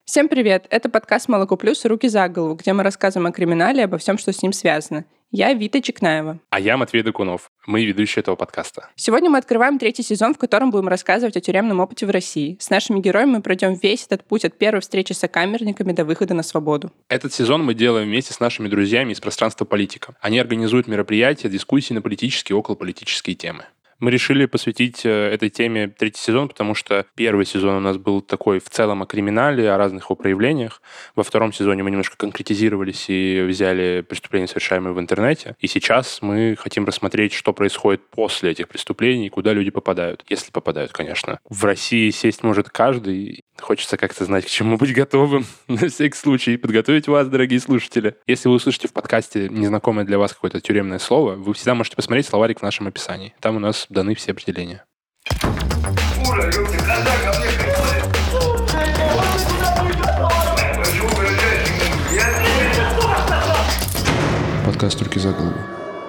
Всем привет! Это подкаст «Молоко плюс. Руки за голову», где мы рассказываем о криминале и обо всем, что с ним связано. Я Вита Чекнаева. А я Матвей Докунов. Мы ведущие этого подкаста. Сегодня мы открываем 3-й сезон, в котором будем рассказывать о тюремном опыте в России. С нашими героями мы пройдем весь этот путь от первой встречи с сокамерниками до выхода на свободу. Этот сезон мы делаем вместе с нашими друзьями из пространства политика. Они организуют мероприятия, дискуссии на политические и околополитические темы. Мы решили посвятить этой теме 3-й сезон, потому что первый сезон у нас был такой в целом о криминале, о разных его проявлениях. Во 2-м сезоне мы немножко конкретизировались и взяли преступления, совершаемые в интернете. И сейчас мы хотим рассмотреть, что происходит после этих преступлений, куда люди попадают. Если попадают, конечно. В России сесть может каждый. Хочется как-то знать, к чему быть готовым. На всякий случай подготовить вас, дорогие слушатели. Если вы услышите в подкасте незнакомое для вас какое-то тюремное слово, вы всегда можете посмотреть словарик в нашем описании. Там у нас даны все определения. Подкаст «Руки за голову».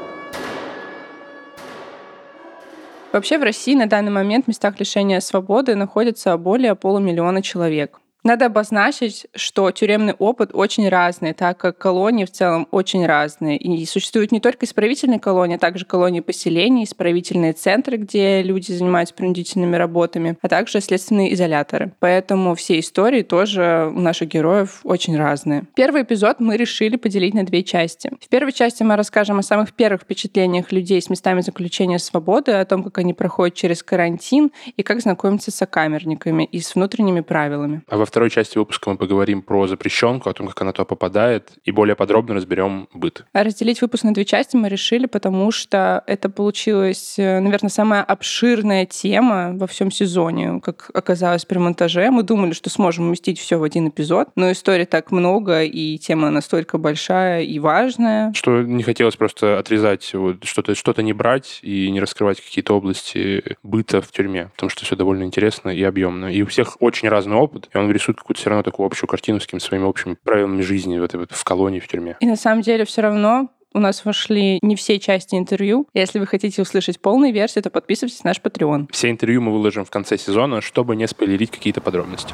Вообще в России на данный момент в местах лишения свободы находится более 500 000 человек. Надо обозначить, что тюремный опыт очень разный, так как колонии в целом очень разные. И существуют не только исправительные колонии, а также колонии поселений, исправительные центры, где люди занимаются принудительными работами, а также следственные изоляторы. Поэтому все истории тоже у наших героев очень разные. Первый эпизод мы решили поделить на 2 части. В первой части мы расскажем о самых первых впечатлениях людей с местами заключения свободы, о том, как они проходят через карантин и как знакомятся с сокамерниками и с внутренними правилами. А во 2-й части выпуска мы поговорим про запрещенку, о том, как она туда попадает, и более подробно разберем быт. А разделить выпуск на 2 части мы решили, потому что это получилась, наверное, самая обширная тема во всем сезоне. Как оказалось при монтаже, мы думали, что сможем уместить все в 1 эпизод, но историй так много, и тема настолько большая и важная. Что не хотелось просто отрезать, что-то не брать и не раскрывать какие-то области быта в тюрьме, потому что все довольно интересно и объемно. И у всех очень разный опыт, и он рисует какую-то все равно такую общую картину с какими-то своими общими правилами жизни в колонии, в тюрьме. И на самом деле все равно у нас вошли не все части интервью. Если вы хотите услышать полную версию, то подписывайтесь на наш Patreon. Все интервью мы выложим в конце сезона, чтобы не спойлерить какие-то подробности.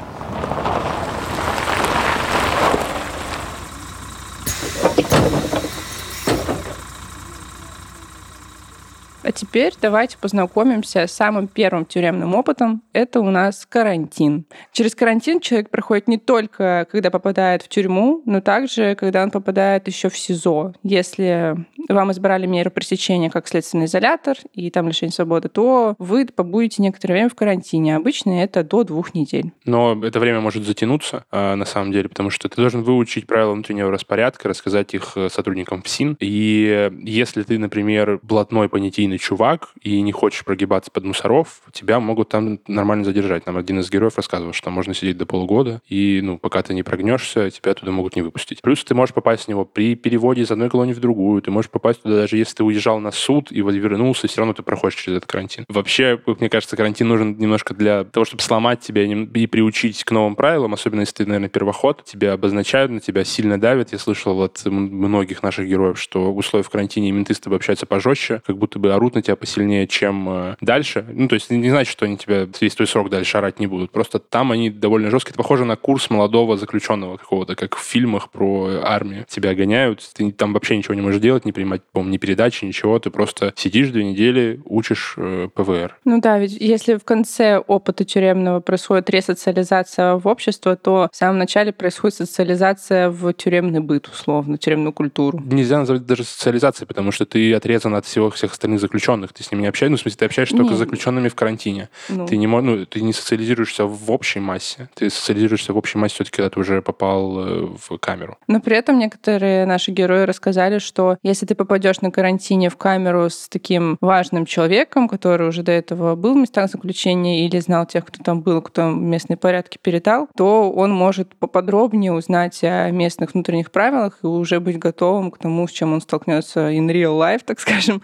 А теперь давайте познакомимся с самым первым тюремным опытом. Это у нас карантин. Через карантин человек проходит не только, когда попадает в тюрьму, но также, когда он попадает еще в СИЗО. Если вам избрали меру пресечения как следственный изолятор и там лишение свободы, то вы побудете некоторое время в карантине. Обычно это до 2 недель. Но это время может затянуться, на самом деле, потому что ты должен выучить правила внутреннего распорядка, рассказать их сотрудникам ФСИН. И если ты, например, блатной понятийный чувак и не хочешь прогибаться под мусоров, тебя могут там нормально задержать. Нам один из героев рассказывал, что там можно сидеть до полугода, и пока ты не прогнешься, тебя туда могут не выпустить. Плюс ты можешь попасть в него при переводе из одной колонии в другую, ты можешь попасть туда, даже если ты уезжал на суд и вернулся, все равно ты проходишь через этот карантин. Вообще, мне кажется, карантин нужен немножко для того, чтобы сломать тебя и приучить к новым правилам, особенно если ты, наверное, первоход. Тебя обозначают, на тебя сильно давят. Я слышал от многих наших героев, что в условиях карантина менты с тобой общаются пожестче, как будто бы орут на тебя посильнее, чем дальше. То есть не значит, что они тебя весь твой срок дальше орать не будут. Просто там они довольно жесткие. Это похоже на курс молодого заключенного какого-то, как в фильмах про армию. Тебя гоняют, ты там вообще ничего не можешь делать, не принимать, по-моему, ни передачи, ничего. Ты просто сидишь 2 недели, учишь ПВР. Да, ведь если в конце опыта тюремного происходит ресоциализация в общество, то в самом начале происходит социализация в тюремный быт, условно, тюремную культуру. Нельзя назвать даже социализацией, потому что ты отрезан от всех остальных заключенных. Ты с ними не общаешься. В смысле, ты общаешься только с заключенными в карантине. Ты не социализируешься в общей массе. Ты социализируешься в общей массе все-таки, когда ты уже попал в камеру. Но при этом некоторые наши герои рассказали, что если ты попадешь на карантине в камеру с таким важным человеком, который уже до этого был в местах заключения или знал тех, кто там был, кто местные порядки передал, то он может поподробнее узнать о местных внутренних правилах и уже быть готовым к тому, с чем он столкнется in real life, так скажем.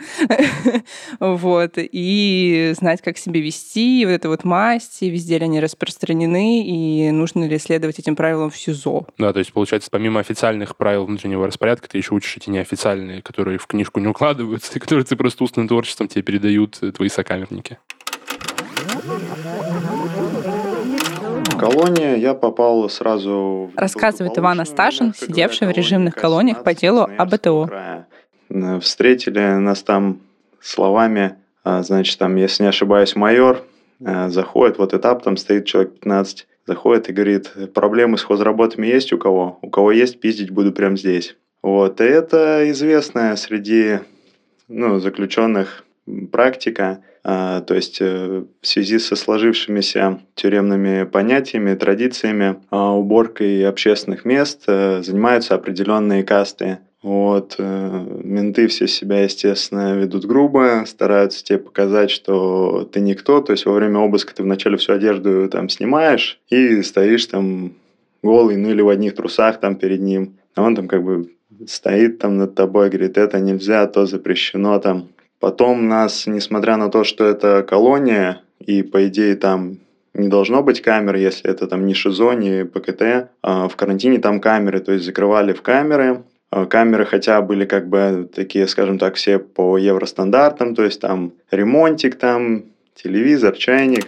И знать, как себя вести, вот эта масть, и везде ли они распространены, и нужно ли следовать этим правилам в СИЗО. Да, то есть, получается, помимо официальных правил внутреннего распорядка, ты еще учишь эти неофициальные, которые в книжку не укладываются, и которые ты просто устным творчеством тебе передают твои сокамерники. колонии я попал сразу в Рассказывает Иван Асташин, сидевший в режимных колониях по делу об ЭТО. Встретили нас там словами, значит, там, если не ошибаюсь, майор заходит, вот этап, там стоит человек 15, заходит и говорит, проблемы с хозработами есть у кого? У кого есть, пиздить буду прямо здесь. Вот, и это известная среди заключенных практика, то есть в связи со сложившимися тюремными понятиями, традициями, уборкой общественных мест занимаются определенные касты. Вот, менты все себя, естественно, ведут грубо, стараются тебе показать, что ты никто, то есть во время обыска ты вначале всю одежду там снимаешь и стоишь там голый, или в одних трусах там перед ним, а он там как бы стоит там над тобой, говорит, это нельзя, то запрещено там. Потом нас, несмотря на то, что это колония, и по идее там не должно быть камер, если это там не ШИЗО, не ПКТ, в карантине там камеры, то есть закрывали в камеры. Камеры хотя были как бы такие, скажем так, все по евростандартам, то есть там ремонтик, там телевизор, чайник.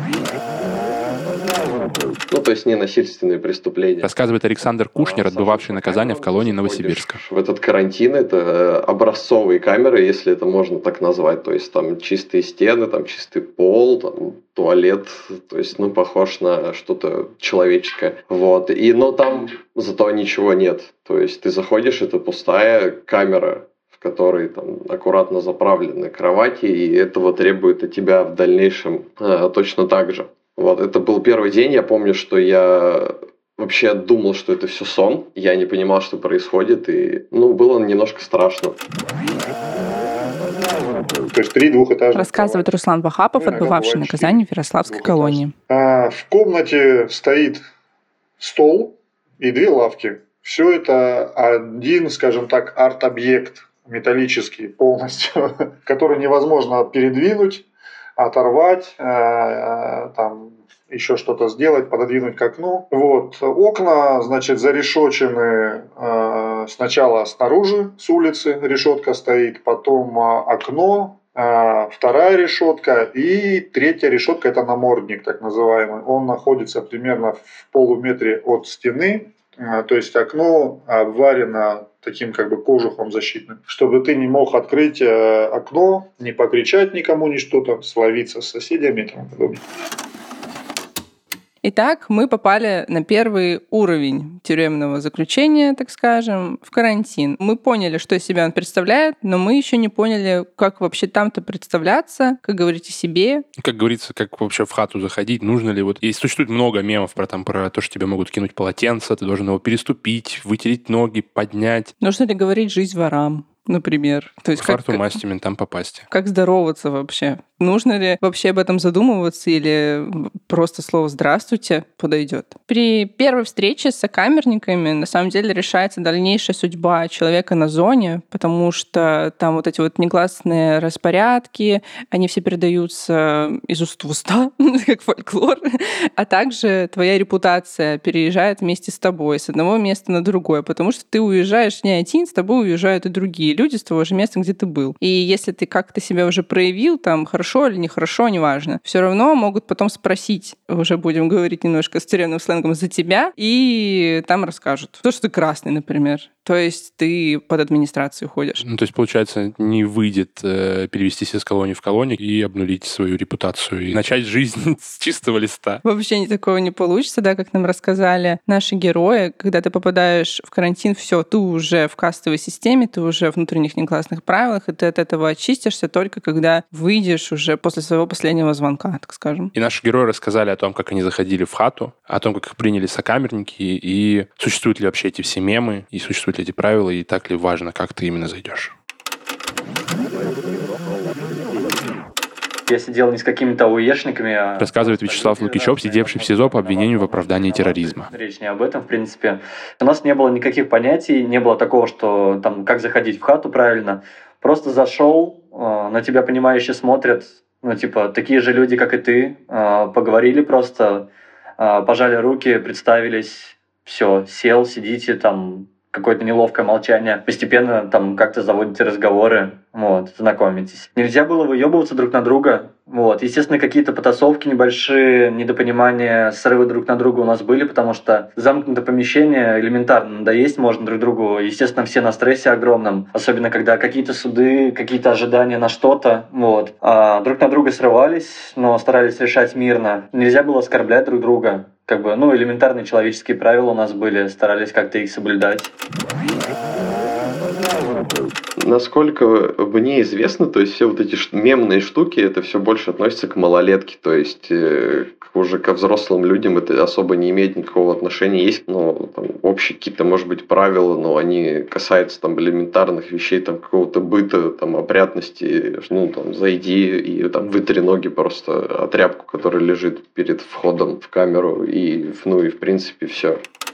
То есть ненасильственные преступления. Рассказывает Александр Кушнер, отбывавший наказание в колонии Новосибирска. В этот карантин это образцовые камеры, если это можно так назвать. То есть там чистые стены, там чистый пол, там туалет, то есть похож на что-то человеческое. Вот. Но там зато ничего нет. То есть ты заходишь, это пустая камера, в которой там аккуратно заправлены кровати, и этого требует от тебя в дальнейшем точно так же. Вот, это был первый день, я помню, что я вообще думал, что это все сон, я не понимал, что происходит, и, было немножко страшно. То есть 3 двухэтажных. Рассказывает Руслан Вахапов, отбывавший наказание в Ярославской колонии. В комнате стоит стол и 2 лавки. Все это один, скажем так, арт-объект металлический полностью, который невозможно передвинуть, оторвать, там еще что-то сделать, пододвинуть к окну. Вот. Окна, значит, зарешочены сначала снаружи, с улицы решетка стоит, потом окно, 2-я решетка и 3-я решетка – это намордник, так называемый. Он находится примерно в полуметре от стены, то есть окно обварено таким как бы кожухом защитным, чтобы ты не мог открыть окно, не покричать никому, ни что-то, словиться с соседями и тому подобное. Итак, мы попали на первый уровень тюремного заключения, так скажем, в карантин. Мы поняли, что из себя он представляет, но мы еще не поняли, как вообще там-то представляться, как говорить о себе. Как говорится, как вообще в хату заходить, нужно ли и существует много мемов про то, что тебе могут кинуть полотенце, ты должен его переступить, вытереть ноги, поднять. Нужно ли говорить «жизнь ворам», например? То есть фарту масти ментам попасть. Как здороваться вообще? Нужно ли вообще об этом задумываться или просто слово «здравствуйте» подойдет? При первой встрече с сокамерниками на самом деле решается дальнейшая судьба человека на зоне, потому что там вот эти вот негласные распорядки, они все передаются из уст в уста, как фольклор, а также твоя репутация переезжает вместе с тобой с одного места на другое, потому что ты уезжаешь не один, с тобой уезжают и другие люди с того же места, где ты был. И если ты как-то себя уже проявил, там, хорошо или нехорошо, неважно, все равно могут потом спросить, уже будем говорить немножко с тюремным сленгом, за тебя, и там расскажут. То, что ты красный, например. То есть ты под администрацию ходишь. То есть, получается, не выйдет перевестись из колонии в колонию и обнулить свою репутацию, и начать жизнь с чистого листа. Вообще такого не получится, да, как нам рассказали наши герои. Когда ты попадаешь в карантин, все, ты уже в кастовой системе, ты уже в внутренних негласных правилах, и ты от этого очистишься только когда выйдешь уже после своего последнего звонка, так скажем. И наши герои рассказали о том, как они заходили в хату, о том, как их приняли сокамерники, и существуют ли вообще эти все мемы, и существуют ли эти правила, и так ли важно, как ты именно зайдешь. Я сидел не с какими-то АУЕшниками. Рассказывает Вячеслав Лукичев, сидевший в СИЗО по обвинению в оправдании терроризма. Речь не об этом, в принципе. У нас не было никаких понятий, не было такого, что там как заходить в хату правильно. Просто зашел, на тебя понимающе смотрят, такие же люди, как и ты, поговорили просто, пожали руки, представились, все, сел, сидите там, какое-то неловкое молчание. Постепенно там как-то заводите разговоры, вот, знакомитесь. Нельзя было выебываться друг на друга. Вот. Естественно, какие-то потасовки небольшие, недопонимания, срывы друг на друга у нас были, потому что замкнутое помещение элементарно надоесть можно друг другу. Естественно, все на стрессе огромном, особенно когда какие-то суды, какие-то ожидания на что-то. Вот. Друг на друга срывались, но старались решать мирно. Нельзя было оскорблять друг друга. Как бы, элементарные человеческие правила у нас были, старались как-то их соблюдать. Насколько мне известно, то есть все вот эти мемные штуки, это все больше относится к малолетке, то есть уже ко взрослым людям это особо не имеет никакого отношения. Есть, там, общие какие-то, может быть, правила, но они касаются там элементарных вещей, там какого-то быта, там опрятности, там зайди и там вытри ноги просто о тряпку, которая лежит перед входом в камеру и в принципе все.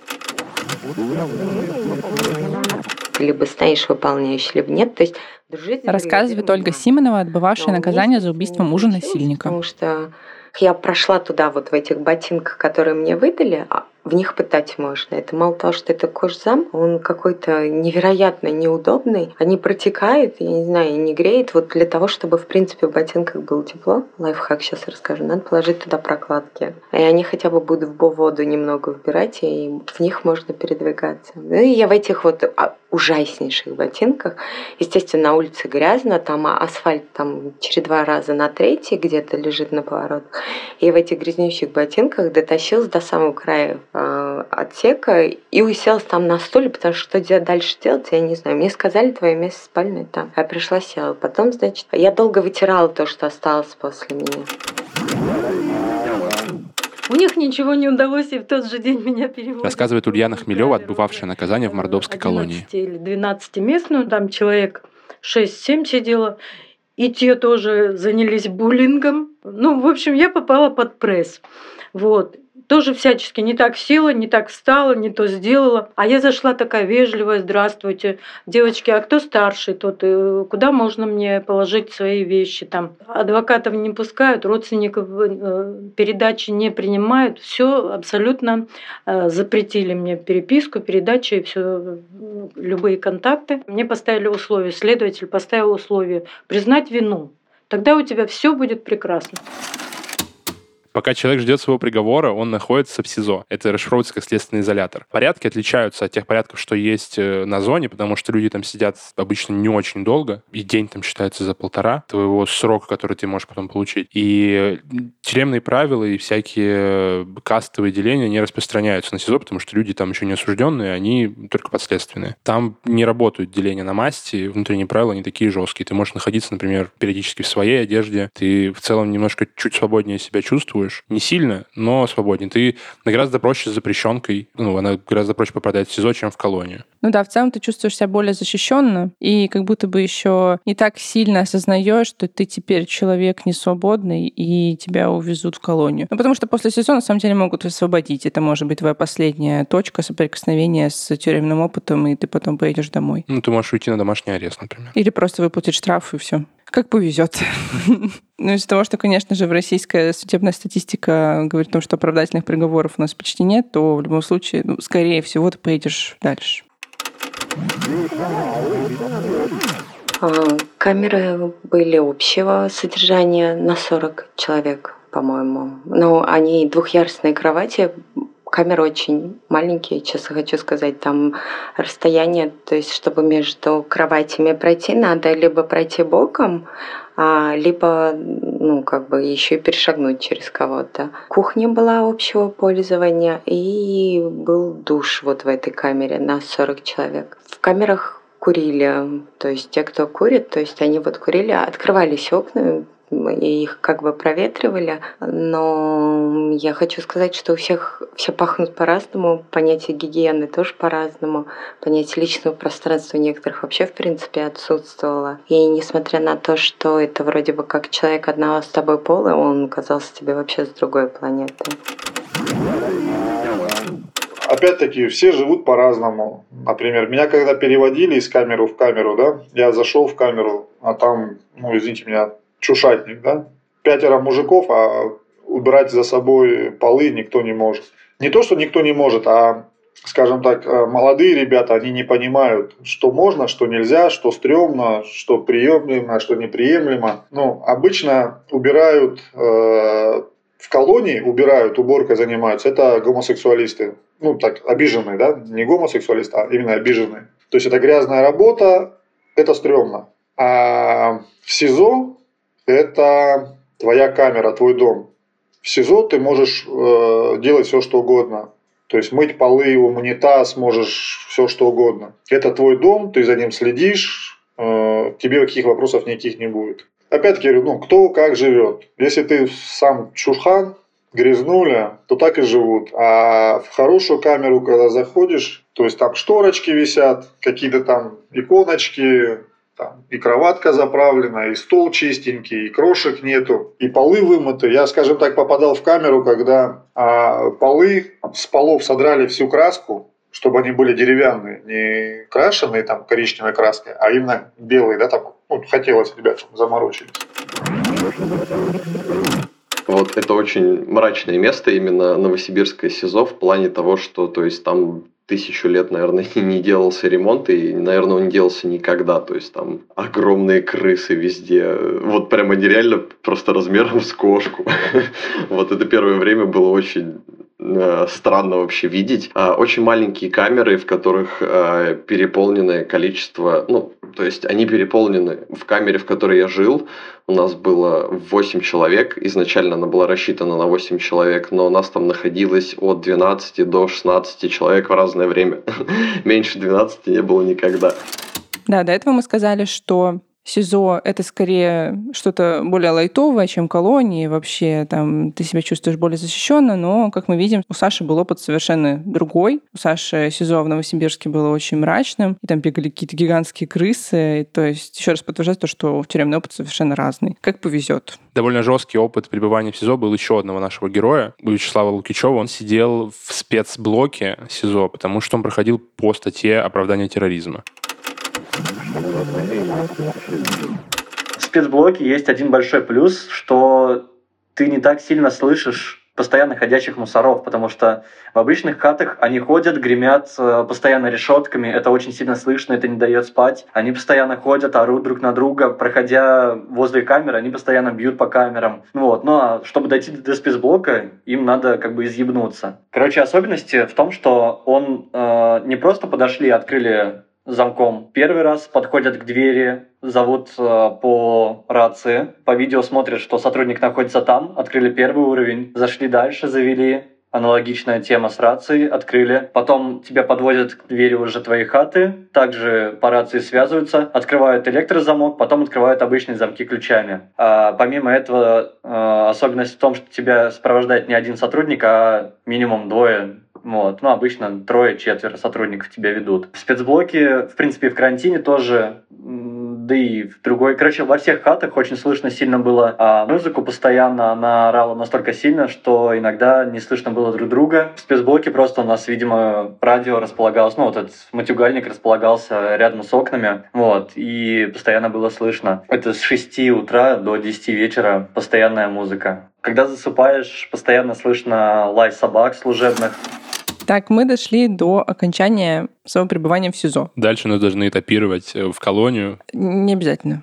Либо стоишь выполняешь, либо нет. То есть рассказывает Ольга Симонова, отбывавшая наказание за убийство мужа насильника. Потому что я прошла туда вот в этих ботинках, которые мне выдали, в них пытать можно. Это мало того, что это кожзам, он какой-то невероятно неудобный. Они протекают, я не знаю, и не греет. Вот для того, чтобы, в принципе, в ботинках было тепло, лайфхак сейчас расскажу, надо положить туда прокладки. И они хотя бы будут в воду немного вбирать, и в них можно передвигаться. Ну и я в этих вот ужаснейших ботинках. Естественно, на улице грязно, там асфальт там через 2 раза на 3 где-то лежит на поворотах. И в этих грязнющих ботинках дотащилась до самого края отсека и уселась там на стуле, потому что дальше делать, я не знаю. Мне сказали, твое место спальное там. Я пришла, села. Потом, значит, я долго вытирала то, что осталось после меня. У них ничего не удалось, и в тот же день меня переводят. Рассказывает Ульяна Хмелева, отбывавшая наказание в Мордовской колонии. 11 или 12-местную, там человек 6-7 сидело, и те тоже занялись буллингом. В общем, я попала под пресс. Вот. Тоже всячески не так села, не так встала, не то сделала. А я зашла такая вежливая: здравствуйте, девочки, а кто старший тут? Куда можно мне положить свои вещи? Там адвокатов не пускают, родственников передачи не принимают. Все абсолютно запретили мне переписку, передачи и все, любые контакты. Мне поставили условия, следователь поставил условие признать вину. Тогда у тебя все будет прекрасно. Пока человек ждет своего приговора, он находится в СИЗО. Это расшифровывается как следственный изолятор. Порядки отличаются от тех порядков, что есть на зоне, потому что люди там сидят обычно не очень долго, и день там считается за 1,5 твоего срока, который ты можешь потом получить. И тюремные правила и всякие кастовые деления не распространяются на СИЗО, потому что люди там еще не осужденные, они только подследственные. Там не работают деления на масти, внутренние правила не такие жесткие. Ты можешь находиться, например, периодически в своей одежде, ты в целом немножко чуть свободнее себя чувствуешь. Не сильно, но свободнее. Ты гораздо проще с запрещенкой. Она гораздо проще попадает в СИЗО, чем в колонию. В целом ты чувствуешь себя более защищенно и как будто бы еще не так сильно осознаешь, что ты теперь человек несвободный и тебя увезут в колонию. Потому что после СИЗО на самом деле могут освободить. Это может быть твоя последняя точка соприкосновения с тюремным опытом, и ты потом поедешь домой. Ты можешь уйти на домашний арест, например. Или просто выплатить штраф, и все. Как повезет. Из-за того, что, конечно же, российская судебная статистика говорит о том, что оправдательных приговоров у нас почти нет, то в любом случае, скорее всего, ты поедешь дальше. Камеры были общего содержания на 40 человек, по-моему. Они двухъярусные кровати. Камеры очень маленькие, честно хочу сказать, там расстояние, то есть чтобы между кроватями пройти, надо либо пройти боком, либо еще и перешагнуть через кого-то. Кухня была общего пользования, и был душ вот в этой камере на 40 человек. В камерах курили, то есть те, кто курит, то есть они курили, открывались окна, и их проветривали, но я хочу сказать, что у всех все пахнут по-разному, понятие гигиены тоже по-разному, понятие личного пространства у некоторых вообще в принципе отсутствовало. И несмотря на то, что это вроде бы как человек одного с тобой пола, он казался тебе вообще с другой планеты. Опять-таки, все живут по-разному. Например, меня когда переводили из камеры в камеру, да, я зашел в камеру, а там, извините меня, чушатник, да? 5 мужиков, а убирать за собой полы никто не может. Не то, что никто не может, а скажем так, молодые ребята, они не понимают, что можно, что нельзя, что стрёмно, что приемлемо, что неприемлемо. Ну, обычно убирают в колонии, уборкой занимаются, это гомосексуалисты. Ну, так, обиженные, да? Не гомосексуалисты, а именно обиженные. То есть это грязная работа, это стрёмно. А в СИЗО это твоя камера, твой дом. В СИЗО ты можешь делать все, что угодно. То есть мыть полы, унитаз, можешь все, что угодно. Это твой дом, ты за ним следишь, тебе никаких вопросов никаких не будет. Опять-таки говорю, кто как живет. Если ты сам чурхан, грязнуля, то так и живут. А в хорошую камеру, когда заходишь, то есть там шторочки висят, какие-то там иконочки, там и кроватка заправлена, и стол чистенький, и крошек нету, и полы вымыты. Я, скажем так, попадал в камеру, когда полы с полов содрали всю краску, чтобы они были деревянные, не крашеные там коричневой краской, а именно белые, да, там, хотелось ребятам заморочить. Вот это очень мрачное место, именно Новосибирское СИЗО, в плане того, что, то есть, там 1000 лет, наверное, не делался ремонт, и, наверное, он не делался никогда. То есть там огромные крысы везде. Вот прямо нереально, просто размером с кошку. Вот это первое время было очень странно вообще видеть. Очень маленькие камеры, в которых переполненное количество... то есть они переполнены. В камере, в которой я жил, у нас было 8 человек. Изначально она была рассчитана на 8 человек, но у нас там находилось от 12 до 16 человек в разное время. Меньше 12 не было никогда. Да, до этого мы сказали, что СИЗО — это скорее что-то более лайтовое, чем колонии. Вообще там ты себя чувствуешь более защищенно, но, как мы видим, у Саши был опыт совершенно другой. У Саши СИЗО в Новосибирске было очень мрачным, и там бегали какие-то гигантские крысы. И, то есть еще раз подтверждает то, что тюремный опыт совершенно разный. Как повезет. Довольно жесткий опыт пребывания в СИЗО был еще одного нашего героя, Вячеслава Лукичева. Он сидел в спецблоке СИЗО, потому что он проходил по статье оправдания терроризма. В спецблоке есть один большой плюс, что ты не так сильно слышишь постоянно ходящих мусоров, потому что в обычных хатах они ходят, гремят постоянно решетками, это очень сильно слышно, это не дает спать. Они постоянно ходят, орут друг на друга, проходя возле камеры, они постоянно бьют по камерам. Ну а чтобы дойти до спецблока, им надо изъебнуться. Особенности в том, что он не просто подошли и открыли замком. Первый раз подходят к двери, зовут по рации, по видео смотрят, что сотрудник находится там, открыли первый уровень, зашли дальше, завели. Аналогичная тема с рацией, открыли. Потом тебя подводят к двери уже твоей хаты, также по рации связываются, открывают электрозамок, потом открывают обычные замки ключами. Помимо этого, особенность в том, что тебя сопровождает не один сотрудник, а минимум 2. Обычно 3-4 сотрудников тебя ведут. В спецблоке, в принципе, в карантине тоже, да и в другой... во всех хатах очень слышно сильно было музыку постоянно. Она орала настолько сильно, что иногда не слышно было друг друга. В спецблоке просто у нас, видимо, радио располагалось, этот матюгальник располагался рядом с окнами, и постоянно было слышно. Это с 6 утра до 10 вечера постоянная музыка. Когда засыпаешь, постоянно слышно лай собак служебных. Так, мы дошли до окончания своего пребывания в СИЗО. Дальше нас должны этапировать в колонию. Не обязательно.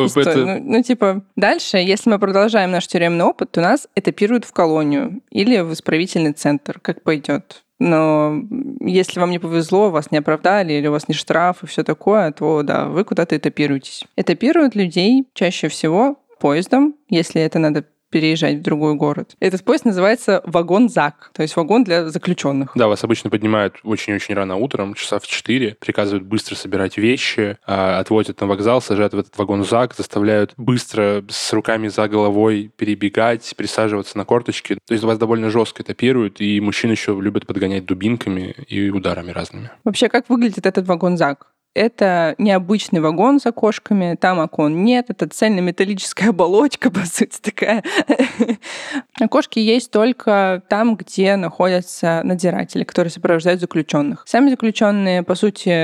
Дальше, если мы продолжаем наш тюремный опыт, то нас этапируют в колонию или в исправительный центр, как пойдет. Но если вам не повезло, вас не оправдали, или у вас не штраф и все такое, то да, вы куда-то этапируетесь. Этапируют людей чаще всего поездом, если это надо переезжать в другой город. Этот поезд называется вагон-зак, то есть вагон для заключенных. Да, вас обычно поднимают очень-очень рано утром, часа в 4, приказывают быстро собирать вещи, отвозят на вокзал, сажают в этот вагон-зак, заставляют быстро с руками за головой перебегать, присаживаться на корточки. То есть вас довольно жестко этапируют, и мужчин еще любят подгонять дубинками и ударами разными. Вообще, как выглядит этот вагон-зак? Это необычный вагон с окошками, там окон нет, это цельнометаллическая оболочка, по сути, такая. Окошки есть только там, где находятся надзиратели, которые сопровождают заключенных. Сами заключенные, по сути,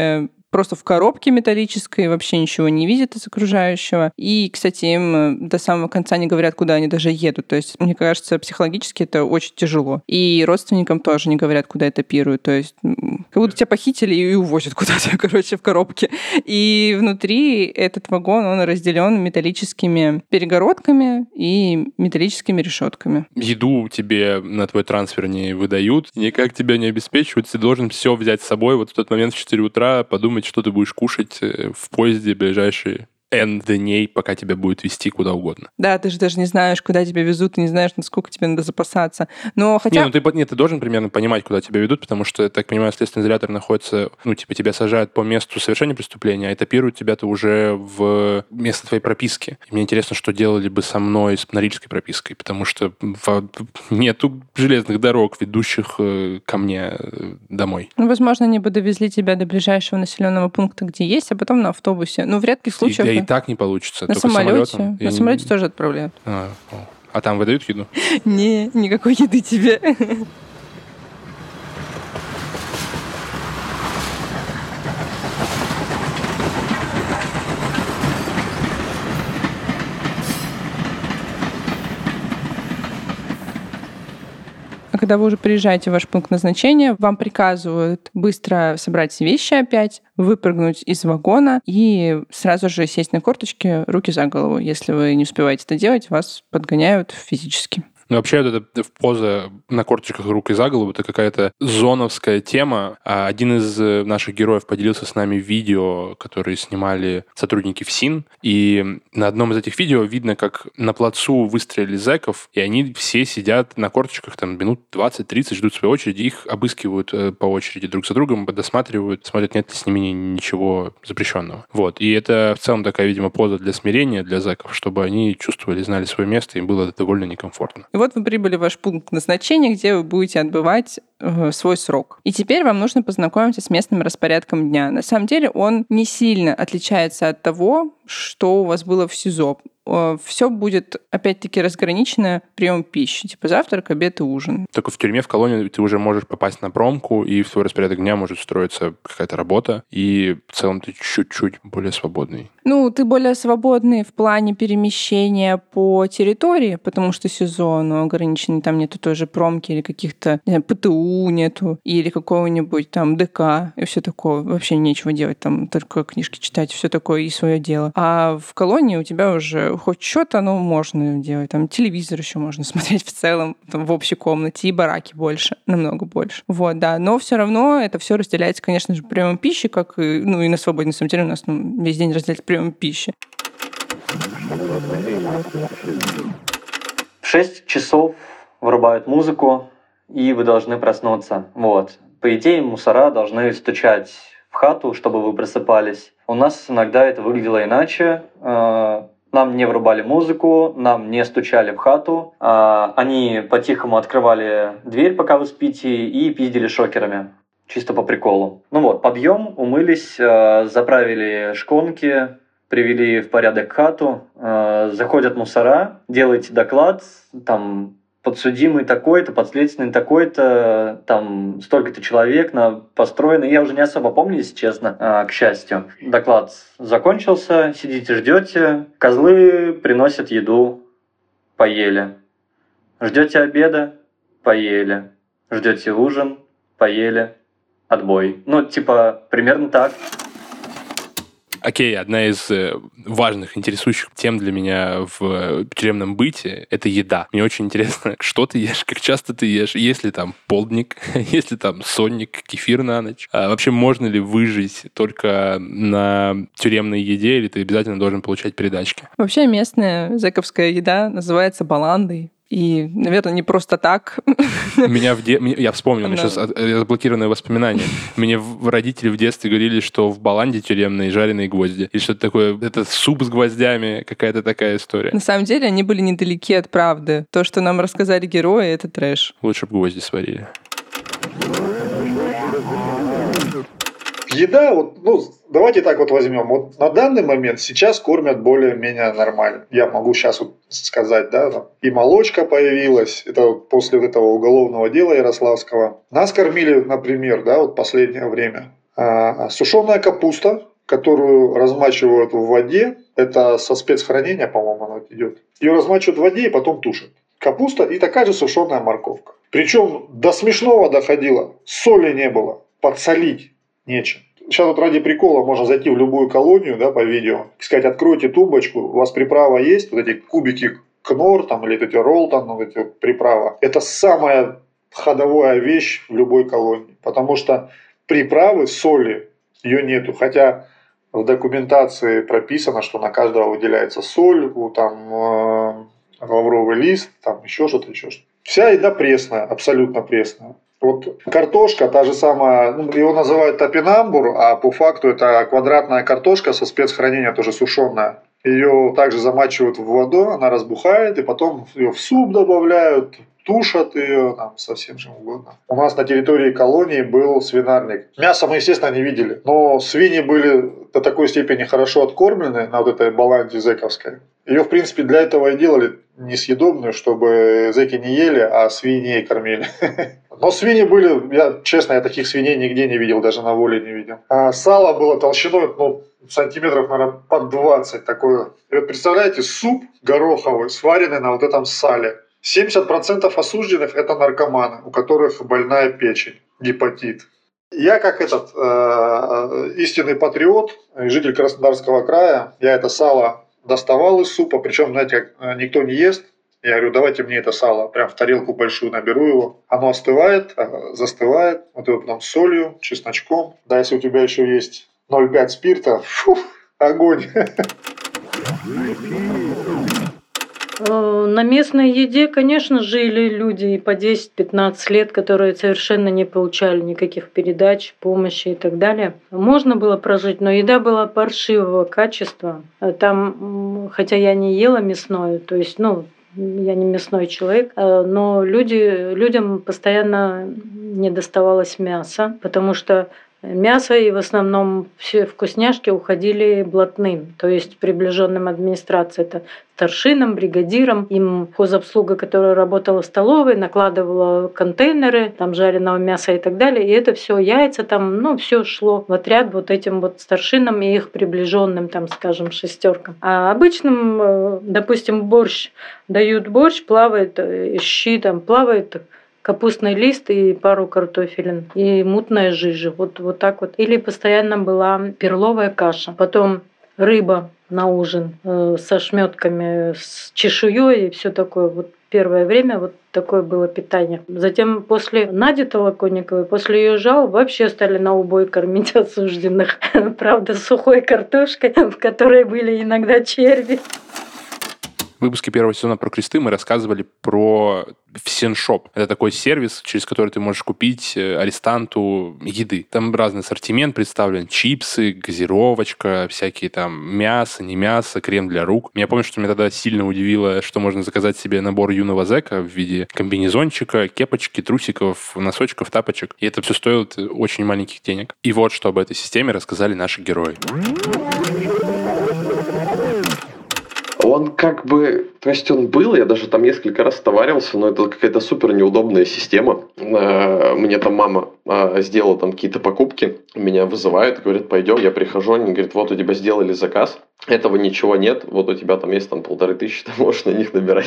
просто в коробке металлической, вообще ничего не видят из окружающего. И, кстати, им до самого конца не говорят, куда они даже едут. То есть, мне кажется, психологически это очень тяжело. И родственникам тоже не говорят, куда этапируют. То есть, как будто тебя похитили и увозят куда-то, короче, в коробке. И внутри этот вагон, он разделен металлическими перегородками и металлическими решетками. Еду тебе на твой трансфер не выдают, никак тебя не обеспечивают. Ты должен все взять с собой вот в тот момент в 4 утра, подумать, что ты будешь кушать в поезде ближайшие N дней, пока тебя будет везти куда угодно. Да, ты же даже не знаешь, куда тебя везут, ты не знаешь, насколько тебе надо запасаться. Но хотя... Ты должен примерно понимать, куда тебя ведут, потому что, я так понимаю, следственный изолятор находится, тебя сажают по месту совершения преступления, а этапируют тебя-то уже в место твоей прописки. И мне интересно, что делали бы со мной с Норильской пропиской, потому что нету железных дорог, ведущих ко мне домой. Возможно, они бы довезли тебя до ближайшего населенного пункта, где есть, а потом на автобусе. В редких случаях... И так не получится. На самолете. На самолете тоже отправляют. А там выдают еду? Не, никакой еды тебе. Когда вы уже приезжаете в ваш пункт назначения, вам приказывают быстро собрать вещи опять, выпрыгнуть из вагона и сразу же сесть на корточки, руки за голову. Если вы не успеваете это делать, вас подгоняют физически. Вообще, вот эта поза на корточках рук и за голову — это какая-то зоновская тема. Один из наших героев поделился с нами видео, которые снимали сотрудники ФСИН, и на одном из этих видео видно, как на плацу выстрелили зэков, и они все сидят на корточках минут 20-30, ждут своей очереди, их обыскивают по очереди друг за другом, досматривают, смотрят, нет ли с ними ничего запрещенного. И это в целом такая, видимо, поза для смирения для зэков, чтобы они чувствовали, знали свое место, им было довольно некомфортно. Вот вы прибыли в ваш пункт назначения, где вы будете отбывать свой срок. И теперь вам нужно познакомиться с местным распорядком дня. На самом деле он не сильно отличается от того, что у вас было в СИЗО. Все будет, опять-таки, разграничено прием пищи, типа завтрак, обед и ужин. Только в тюрьме, в колонии ты уже можешь попасть на промку, и в твой распорядок дня может встроиться какая-то работа, и в целом ты чуть-чуть более свободный. Ты более свободный в плане перемещения по территории, потому что СИЗО, оно ограничено, там нету той же промки или каких-то, не знаю, ПТУ нету, или какого-нибудь там ДК и все такое. Вообще нечего делать, там только книжки читать, все такое и свое дело. А в колонии у тебя уже хоть что-то, можно делать. Там телевизор еще можно смотреть в целом, там, в общей комнате, и бараки больше, намного больше. Но все равно это все разделяется, конечно же, приемом пищи, как и, и на свободе. На самом деле у нас весь день разделяется приемом пищи. В 6 часов врубают музыку, и вы должны проснуться. По идее, мусора должны стучать в хату, чтобы вы просыпались. У нас иногда это выглядело иначе. Нам не врубали музыку, нам не стучали в хату. Они по-тихому открывали дверь, пока вы спите, и пиздили шокерами. Чисто по приколу. Подъем, умылись, заправили шконки, привели в порядок хату. Заходят мусора, делаете доклад, там подсудимый такой-то, подследственный такой-то, там столько-то человек построено. Я уже не особо помню, если честно, к счастью. Доклад закончился, сидите, ждете. Козлы приносят еду, поели. Ждете обеда, поели. Ждете ужин, поели. Отбой. Примерно так. Окей, одна из важных, интересующих тем для меня в тюремном быте — это еда. Мне очень интересно, что ты ешь, как часто ты ешь, есть ли там полдник, есть ли там сонник, кефир на ночь. Вообще, можно ли выжить только на тюремной еде, или ты обязательно должен получать передачки? Вообще, местная зэковская еда называется баландой. И, наверное, не просто так. Я вспомнил, у меня сейчас заблокированные воспоминания. Мне родители в детстве говорили, что в баланде тюремной жареные гвозди. Или что-то такое, это суп с гвоздями, какая-то такая история. На самом деле, они были недалеки от правды. То, что нам рассказали герои, это трэш. Лучше бы гвозди сварили. Еда, давайте так возьмем. На данный момент сейчас кормят более-менее нормально. Я могу сейчас сказать, и молочка появилась, это после этого уголовного дела Ярославского. Нас кормили, например, последнее время Сушеная капуста, которую размачивают в воде, это со спецхранения, по-моему, она идет. Ее размачивают в воде и потом тушат. Капуста и такая же сушеная морковка. Причем до смешного доходило. Соли не было. Подсолить нечем. Сейчас вот ради прикола можно зайти в любую колонию, да, по видео, и сказать, откройте тумбочку, у вас приправа есть, вот эти кубики Кнор там, или эти Ролтон, вот эти вот приправа. Это самая ходовая вещь в любой колонии. Потому что приправы, соли, ее нету. Хотя в документации прописано, что на каждого выделяется соль, там лавровый лист, там еще что-то. Вся еда пресная, абсолютно пресная. Вот картошка, та же самая, его называют топинамбур, а по факту это квадратная картошка со спецхранения, тоже сушеная. Ее также замачивают в воду, она разбухает, и потом ее в суп добавляют, тушат ее, там, совсем чем угодно. У нас на территории колонии был свинарник. Мясо мы, естественно, не видели, но свиньи были до такой степени хорошо откормлены на вот этой баланде зэковской. Ее, в принципе, для этого и делали несъедобную, чтобы зэки не ели, а свиней кормили. Но свиньи были, я таких свиней нигде не видел, даже на воле не видел. А сало было толщиной, сантиметров, наверное, под 20 такое. И вот представляете, суп гороховый, сваренный на вот этом сале. 70% осужденных – это наркоманы, у которых больная печень, гепатит. Я как истинный патриот, житель Краснодарского края, я это сало доставал из супа, причем, знаете, никто не ест. Я говорю, давайте мне это сало, прям в тарелку большую наберу его. Оно остывает, застывает, вот его потом с солью, чесночком. Да, если у тебя еще есть 0,5 спирта, огонь. На местной еде, конечно, жили люди и по 10-15 лет, которые совершенно не получали никаких передач, помощи и так далее. Можно было прожить, но еда была паршивого качества. Там, хотя я не ела мясное, то есть, я не мясной человек, но людям постоянно не доставалось мяса, потому что мясо и в основном все вкусняшки уходили блатным, то есть приближенным администрации. Это старшинам, бригадирам. Им хозобслуга, которая работала в столовой, накладывала контейнеры там жареного мяса и так далее. И это все яйца там, все шло в отряд вот этим вот старшинам и их приближенным, там, скажем, шестеркам. А обычным, допустим, борщ дают борщ, плавает щи, там плавает капустный лист и пару картофелин, и мутная жижа. Вот так вот. Или постоянно была перловая каша. Потом рыба на ужин со шметками, с чешуей и все такое. Вот первое время вот такое было питание. Затем после Нади Толоконниковой, после ее жалоб, вообще стали на убой кормить осужденных. Правда, сухой картошкой, в которой были иногда черви. В выпуске первого сезона про кресты мы рассказывали про Всеншоп. Это такой сервис, через который ты можешь купить арестанту еды. Там разный ассортимент представлен. Чипсы, газировочка, всякие там мясо, не мясо, крем для рук. Я помню, что меня тогда сильно удивило, что можно заказать себе набор юного зэка в виде комбинезончика, кепочки, трусиков, носочков, тапочек. И это все стоит очень маленьких денег. И вот что об этой системе рассказали наши герои. Он то есть он был, я даже там несколько раз товарился, но это какая-то супер неудобная система. Мне там мама сделала там какие-то покупки, меня вызывают, говорят, пойдем, я прихожу, они говорят, вот у тебя сделали заказ, этого ничего нет, вот у тебя там есть там 1500, ты можешь на них набирать.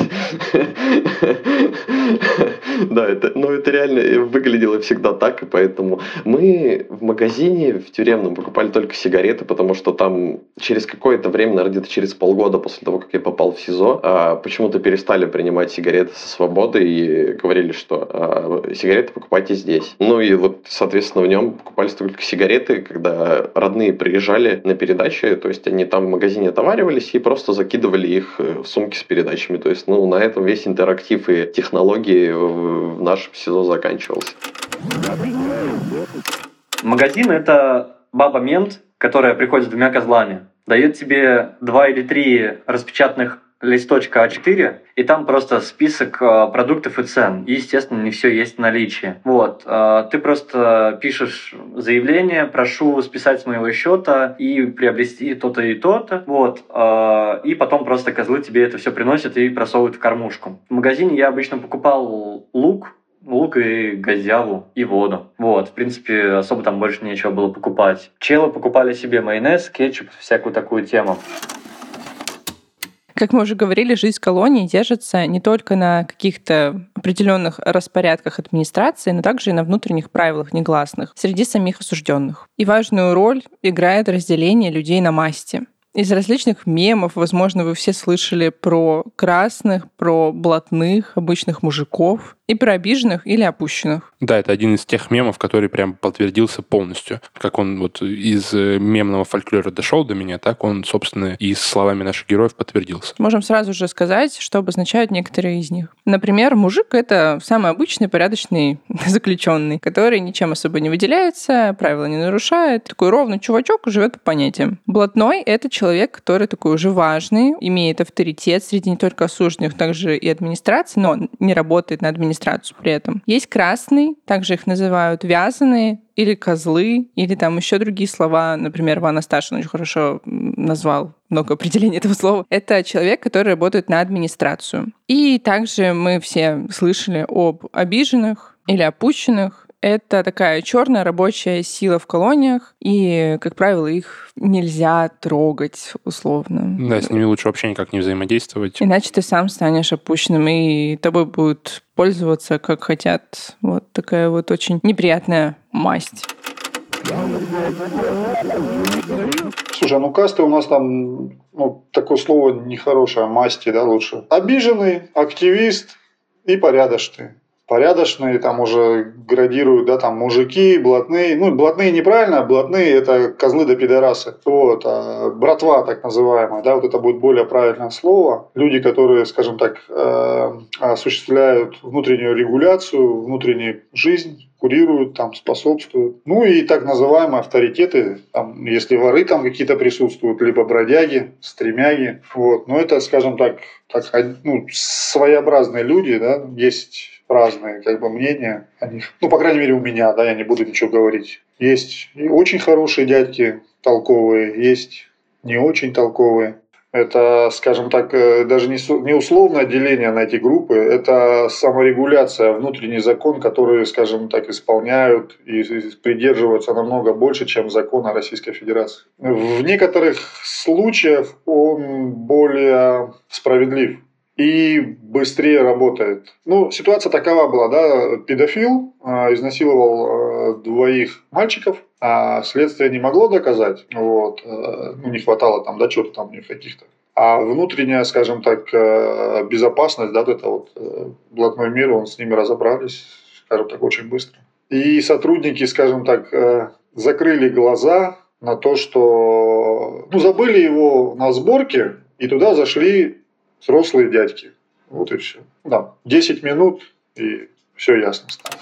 Да, это реально выглядело всегда так, и поэтому мы в магазине, в тюремном, покупали только сигареты, потому что там через какое-то время, наверное, где-то через полгода после того, как я попал в СИЗО, почему-то перестали принимать сигареты со свободы и говорили, что сигареты покупайте здесь. И вот, соответственно, в нем покупались только сигареты, когда родные приезжали на передачи, то есть они там в магазине отоваривались и просто закидывали их в сумки с передачами. То есть, на этом весь интерактив и технологии в нашем СИЗО заканчивался. Магазин – это баба-мент, которая приходит с 2 козлами, дает тебе 2 или 3 распечатанных листочка А4, и там просто список продуктов и цен. И, естественно, не все есть в наличии. Ты просто пишешь заявление, прошу списать с моего счета и приобрести то-то и то-то. И потом просто козлы тебе это все приносят и просовывают в кормушку. В магазине я обычно покупал лук, лук и газяву, и воду. Вот, в принципе, особо там больше нечего было покупать. Челы покупали себе майонез, кетчуп, всякую такую тему. Как мы уже говорили, жизнь колонии держится не только на каких-то определенных распорядках администрации, но также и на внутренних правилах негласных среди самих осужденных. И важную роль играет разделение людей на масти. Из различных мемов, возможно, вы все слышали про красных, про блатных, обычных мужиков и про обиженных или опущенных. Да, это один из тех мемов, который прям подтвердился полностью. Как он вот из мемного фольклора дошел до меня, так он, собственно, и с словами наших героев подтвердился. Можем сразу же сказать, что обозначают некоторые из них. Например, мужик — это самый обычный, порядочный заключенный, который ничем особо не выделяется, правила не нарушает. Такой ровный чувачок, живет по понятиям. Блатной — это человек, который такой уже важный, имеет авторитет среди не только осужденных, также и администрации, но не работает на администрацию при этом. Есть красный, также их называют вязаные, или козлы, или там еще другие слова. Например, Ван Асташин очень хорошо назвал много определений этого слова. Это человек, который работает на администрацию. И также мы все слышали об обиженных или опущенных. Это такая черная рабочая сила в колониях, и, как правило, их нельзя трогать, условно. Да, с ними лучше вообще никак не взаимодействовать. Иначе ты сам станешь опущенным, и тобой будут пользоваться, как хотят. Вот такая вот очень неприятная масть. Слушай, ну касты у нас там, такое слово нехорошее, масти, да, лучше. Обиженный, активист и порядочный. Порядочные там уже градируют, да, там мужики, блатные. Ну, блатные неправильно, блатные – это козлы да пидорасы. Вот, а братва так называемая, да, вот это будет более правильное слово. Люди, которые, скажем так, осуществляют внутреннюю регуляцию, внутреннюю жизнь, курируют, там, способствуют. Ну и так называемые авторитеты, там, если воры там какие-то присутствуют, либо бродяги, стремяги. Вот. Но это, скажем так, своеобразные люди, да, есть разные мнения о них. Ну, по крайней мере, у меня, да, я не буду ничего говорить. Есть и очень хорошие дядьки, толковые, есть не очень толковые. Это, скажем так, даже не условное деление на эти группы, это саморегуляция, внутренний закон, который, скажем так, исполняют и придерживаются намного больше, чем законы Российской Федерации. В некоторых случаях он более справедлив и быстрее работает. Ну, ситуация такова была, да, педофил изнасиловал 2 мальчиков, а следствие не могло доказать, вот, не хватало там, да, чего-то там у них каких-то. А внутренняя, скажем так, безопасность, да, это вот блатной мир, он с ними разобрались, скажем так, очень быстро. И сотрудники, скажем так, закрыли глаза на то, что, забыли его на сборке, и туда зашли взрослые дядьки. Вот и все. Да, 10 минут, и все ясно стало.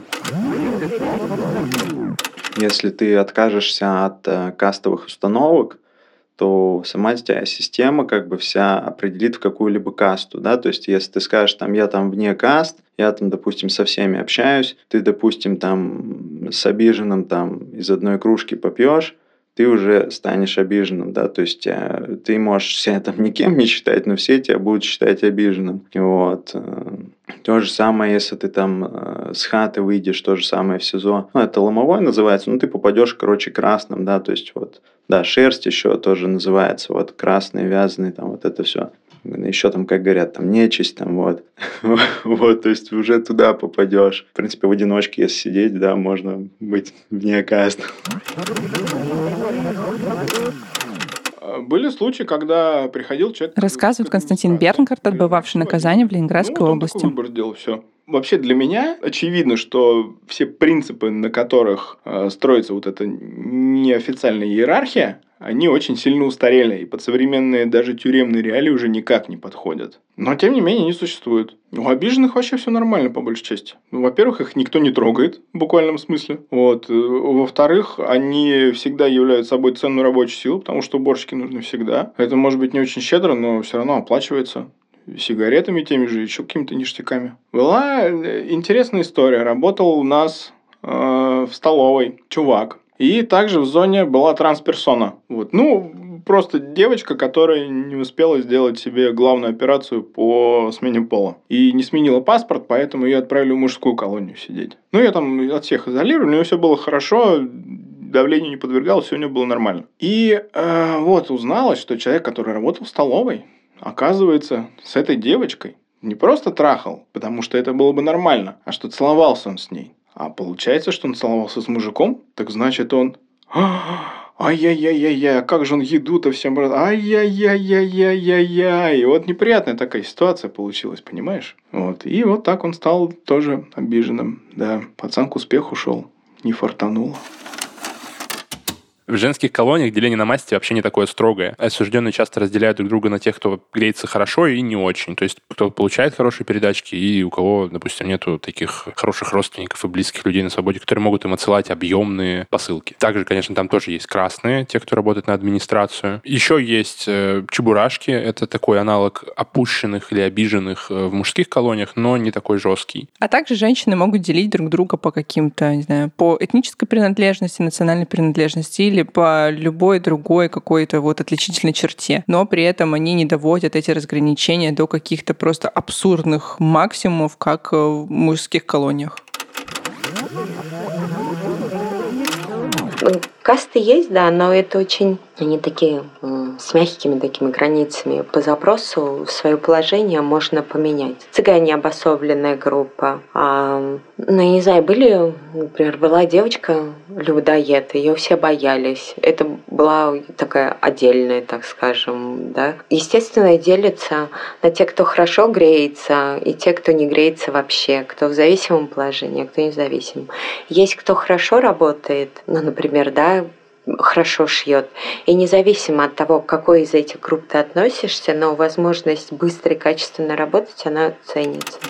Если ты откажешься от кастовых установок, то сама тебя система вся определит в какую-либо касту, да, то есть если ты скажешь, я там вне каст, я там, допустим, со всеми общаюсь, ты, допустим, там с обиженным там из одной кружки попьешь, ты уже станешь обиженным, да, то есть ты можешь себя там никем не считать, но все тебя будут считать обиженным. Вот. То же самое, если ты там с хаты выйдешь, то же самое в СИЗО. Это ломовой называется, ты попадешь, красным, да, то есть вот, да, шерсть еще тоже называется, вот красный, вязаный, там вот это все. Еще там, как говорят, там нечисть, там вот. Вот, то есть уже туда попадешь. В принципе, в одиночке, если сидеть, да, можно быть вне каст. Были случаи, когда приходил человек... Рассказывает Константин Бернгард, отбывавший наказание в Ленинградской области. Такой выбор сделал, все. Вообще для меня очевидно, что все принципы, на которых строится вот эта неофициальная иерархия, они очень сильно устарели, и под современные даже тюремные реалии уже никак не подходят. Но, тем не менее, они существуют. У обиженных вообще все нормально, по большей части. Во-первых, их никто не трогает, в буквальном смысле. Вот. Во-вторых, они всегда являются собой ценную рабочую силу, потому что уборщики нужны всегда. Это может быть не очень щедро, но все равно оплачивается. Сигаретами теми же, еще какими-то ништяками. Была интересная история. Работал у нас в столовой чувак. И также в зоне была трансперсона. Вот. просто девочка, которая не успела сделать себе главную операцию по смене пола. И не сменила паспорт, поэтому ее отправили в мужскую колонию сидеть. Ну, ее там от всех изолировали, у нее все было хорошо, давлению не подвергалось, все у нее было нормально. И вот узналось, что человек, который работал в столовой, оказывается, с этой девочкой не просто трахал, потому что это было бы нормально, а что целовался он с ней. А получается, что он целовался с мужиком, так значит он... Ай-яй-яй-яй-яй, как же он еду-то всем... Ай-яй-яй-яй-яй-яй. И вот неприятная такая ситуация получилась, понимаешь? Вот. И вот так он стал тоже обиженным. Да, пацан к успеху шел. Не фартануло. В женских колониях деление на масти вообще не такое строгое. Осужденные часто разделяют друг друга на тех, кто греется хорошо и не очень. То есть, кто получает хорошие передачки, и у кого, допустим, нету таких хороших родственников и близких людей на свободе, которые могут им отсылать объемные посылки. Также, конечно, там тоже есть красные, те, кто работает на администрацию. Еще есть чебурашки. Это такой аналог опущенных или обиженных в мужских колониях, но не такой жесткий. А также женщины могут делить друг друга по каким-то, не знаю, по этнической принадлежности, национальной принадлежности или по любой другой какой-то вот отличительной черте. Но при этом они не доводят эти разграничения до каких-то просто абсурдных максимумов, как в мужских колониях. Касты есть, да, но это очень... Они такие с мягкими такими границами. По запросу свое положение можно поменять. Цыгане — обособленная группа. Ну, я не знаю, например, была девочка людоед, ее все боялись. Это была такая отдельная, так скажем, да. Естественно, делится на тех, кто хорошо греется, и те, кто не греется вообще, кто в зависимом положении, а кто не в зависимом. Есть кто хорошо работает, ну, например, да, хорошо шьет. И независимо от того, к какой из этих групп ты относишься, но возможность быстро и качественно работать, она ценится.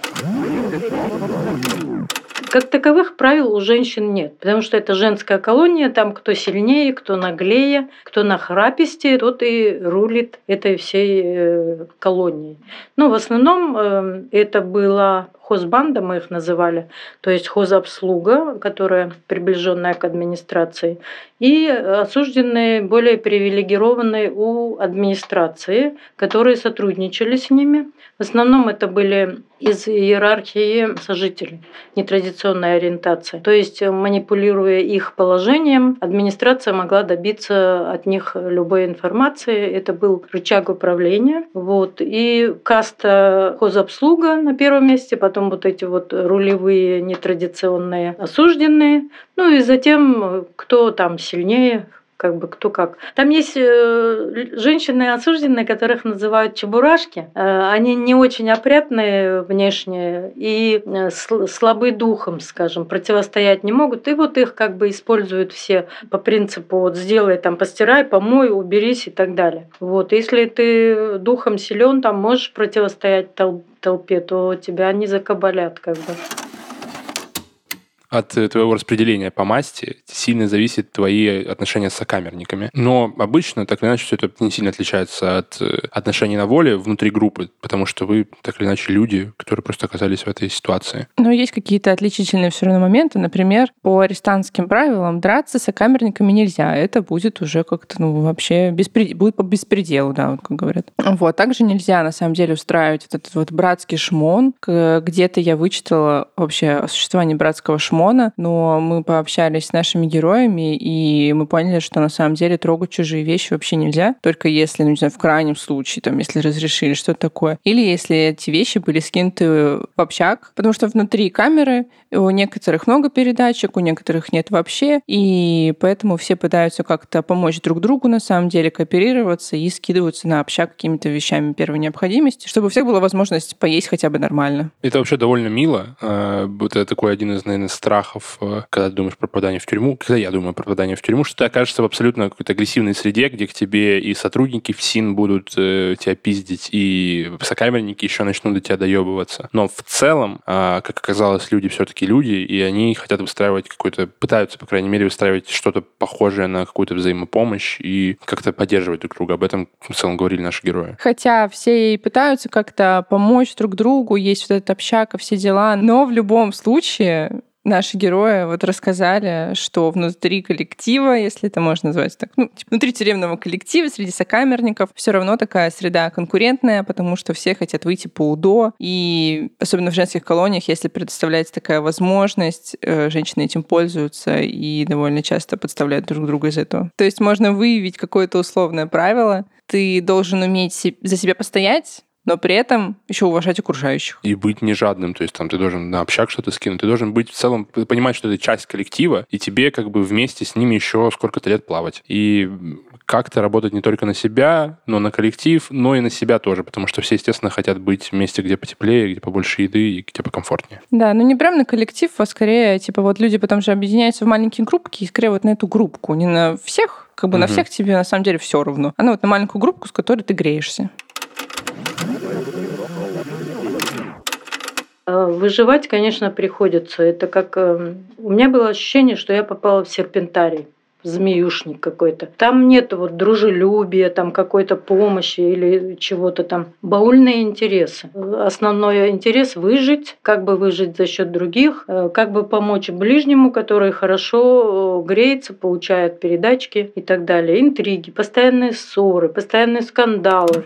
Как таковых правил у женщин нет, потому что это женская колония, там кто сильнее, кто наглее, кто нахрапистее, тот и рулит этой всей колонией. Но в основном это была хозбанда, мы их называли, то есть хозобслуга, которая приближенная к администрации, и осужденные, более привилегированные у администрации, которые сотрудничали с ними. В основном это были из иерархии сожителей, нетрадиционной ориентации. То есть, манипулируя их положением, администрация могла добиться от них любой информации. Это был рычаг управления. Вот. И каста хозобслуга на первом месте, потом вот эти вот рулевые нетрадиционные осужденные. Ну и затем, кто там сильнее, как бы кто как. Там есть женщины осужденные, которых называют чебурашки. Они не очень опрятные внешне и слабы духом, скажем, противостоять не могут. И вот их как бы используют все по принципу вот сделай, там, постирай, помой, уберись и так далее. Вот. Если ты духом силен, там можешь противостоять толпе, то тебя не закабалят как бы. От твоего распределения по масти сильно зависят твои отношения с сокамерниками. Но обычно, так или иначе, все это не сильно отличается от отношений на воле внутри группы, потому что вы, так или иначе, люди, которые просто оказались в этой ситуации. Но есть какие-то отличительные все равно моменты. Например, по арестантским правилам драться с сокамерниками нельзя. Это будет уже как-то, вообще будет по беспределу, да, вот как говорят. Вот. Также нельзя, на самом деле, устраивать вот этот вот братский шмон. Где-то я вычитала вообще о существовании братского шмона, но мы пообщались с нашими героями, и мы поняли, что на самом деле трогать чужие вещи вообще нельзя, только если, не знаю, в крайнем случае, там, если разрешили что-то такое. Или если эти вещи были скинуты в общак, потому что внутри камеры у некоторых много передачек, у некоторых нет вообще, и поэтому все пытаются как-то помочь друг другу, на самом деле, кооперироваться и скидываются на общак какими-то вещами первой необходимости, чтобы у всех была возможность поесть хотя бы нормально. Это вообще довольно мило. Это такой один из, наверное, страхов, когда ты думаешь про попадание в тюрьму, когда я думаю про попадание в тюрьму, что ты окажешься в абсолютно какой-то агрессивной среде, где к тебе и сотрудники ФСИН будут тебя пиздить, и сокамерники еще начнут до тебя доебываться. Но в целом, как оказалось, люди все-таки люди, и они хотят выстраивать пытаются, по крайней мере, выстраивать что-то похожее на какую-то взаимопомощь и как-то поддерживать друг друга. Об этом в целом говорили наши герои. Хотя все и пытаются как-то помочь друг другу, есть вот этот общак и все дела, но в любом случае наши герои вот рассказали, что внутри коллектива, если это можно назвать так, внутри тюремного коллектива, среди сокамерников, все равно такая среда конкурентная, потому что все хотят выйти по УДО, и особенно в женских колониях, если предоставляется такая возможность, женщины этим пользуются и довольно часто подставляют друг друга из этого. То есть можно выявить какое-то условное правило, ты должен уметь за себя постоять, но при этом еще уважать окружающих. И быть не жадным, то есть там ты должен на общак что-то скинуть, ты должен быть в целом, понимать, что это часть коллектива, и тебе как бы вместе с ними еще сколько-то лет плавать. И как-то работать не только на себя, но на коллектив, но и на себя тоже, потому что все, естественно, хотят быть в месте, где потеплее, где побольше еды и где покомфортнее. Да, не прям на коллектив, а скорее, вот люди потом же объединяются в маленькие группки, и скорее вот на эту группку, не на всех, на всех тебе на самом деле все равно, а на маленькую группку, с которой ты греешься. Выживать, конечно, приходится. Это как... У меня было ощущение, что я попала в серпентарий, в змеюшник какой-то. Там нет дружелюбия, там какой-то помощи или чего-то там. Баульные интересы. Основной интерес – выжить, как бы выжить за счет других, как бы помочь ближнему, который хорошо греется, получает передачки и так далее. Интриги, постоянные ссоры, постоянные скандалы.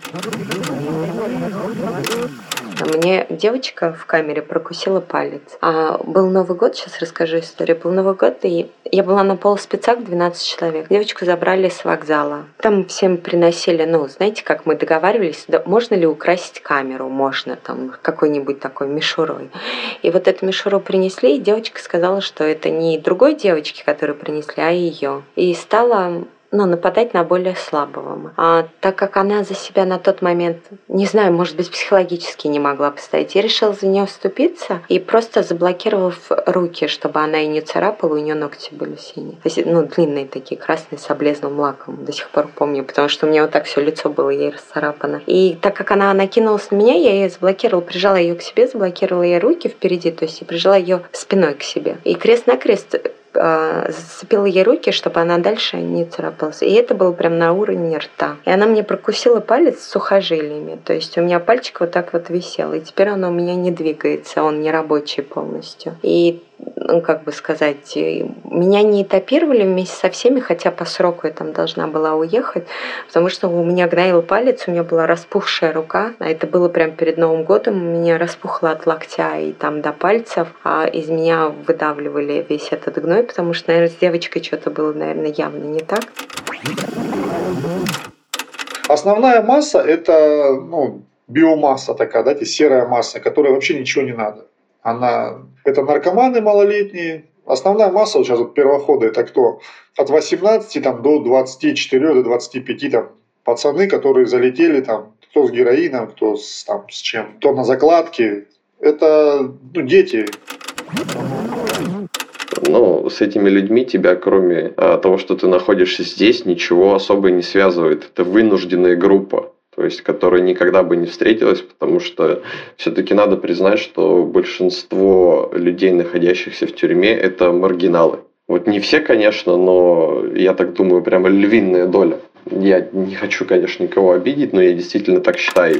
Мне девочка в камере прокусила палец. Был Новый год, сейчас расскажу историю. Был Новый год, и я была на полуспецах, 12 человек. Девочку забрали с вокзала. Там всем приносили, знаете, как мы договаривались, можно ли украсить камеру? Можно, там, какой-нибудь такой мишурой. И вот эту мишуру принесли, и девочка сказала, что это не другой девочке, которую принесли, а ее. И стала... нападать на более слабого. Так как она за себя на тот момент, не знаю, может быть, психологически не могла постоять, я решила за нее вступиться и просто заблокировав руки, чтобы она и не царапала, у нее ногти были синие. То есть, длинные такие, красные, с облезлым лаком. До сих пор помню, потому что у меня вот так все лицо было ей расцарапано. И так как она накинулась на меня, я ее заблокировала, прижала ее к себе, заблокировала ей руки впереди, то есть и прижала ее спиной к себе. И крест-накрест зацепила ей руки, чтобы она дальше не царапалась. И это было прям на уровне рта. И она мне прокусила палец с сухожилиями. То есть у меня пальчик вот так вот висел. И теперь он у меня не двигается, он не рабочий полностью. И меня не этапировали вместе со всеми, хотя по сроку я там должна была уехать, потому что у меня гноил палец, у меня была распухшая рука, а это было прям перед Новым годом, у меня распухло от локтя и там до пальцев, а из меня выдавливали весь этот гной, потому что, наверное, с девочкой что-то было, наверное, явно не так. Основная масса – это биомасса такая, серая масса, которой вообще ничего не надо. Это наркоманы малолетние. Основная масса, сейчас первоходы, это кто? От 18 до 24, до 25 пацаны, которые залетели кто с героином, кто с чем, кто на закладке. Это дети. С этими людьми тебя, кроме того, что ты находишься здесь, ничего особо не связывает. Это вынужденная группа. То есть, которая никогда бы не встретилась, потому что все-таки надо признать, что большинство людей, находящихся в тюрьме, это маргиналы. Не все, конечно, но я так думаю, прямо львиная доля. Я не хочу, конечно, никого обидеть, но я действительно так считаю.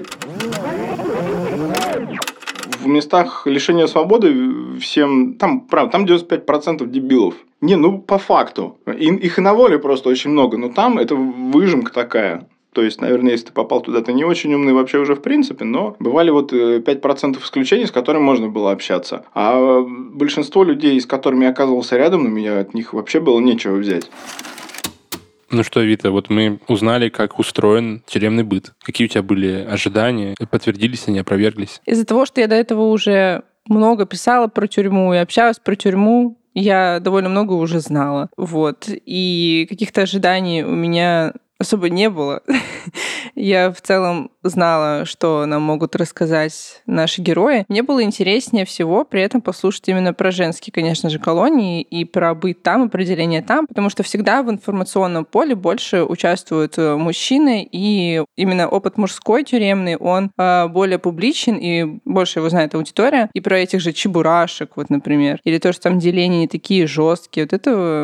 В местах лишения свободы всем... Там 95% дебилов. По факту. Их и на воле просто очень много, но там это выжимка такая. То есть, наверное, если ты попал туда, ты не очень умный вообще уже в принципе, но бывали 5% исключений, с которыми можно было общаться. А большинство людей, с которыми я оказывался рядом, на меня от них вообще было нечего взять. Ну что, Вита, мы узнали, как устроен тюремный быт. Какие у тебя были ожидания? Подтвердились они, опроверглись? Из-за того, что я до этого уже много писала про тюрьму и общалась про тюрьму, я довольно много уже знала. И каких-то ожиданий у меня особо не было. Я в целом знала, что нам могут рассказать наши герои. Мне было интереснее всего при этом послушать именно про женские, конечно же, колонии и про быт там, определение там, потому что всегда в информационном поле больше участвуют мужчины, и именно опыт мужской тюремный, он более публичен, и больше его знает аудитория. И про этих же чебурашек, например, или то, что там деления не такие жесткие. Это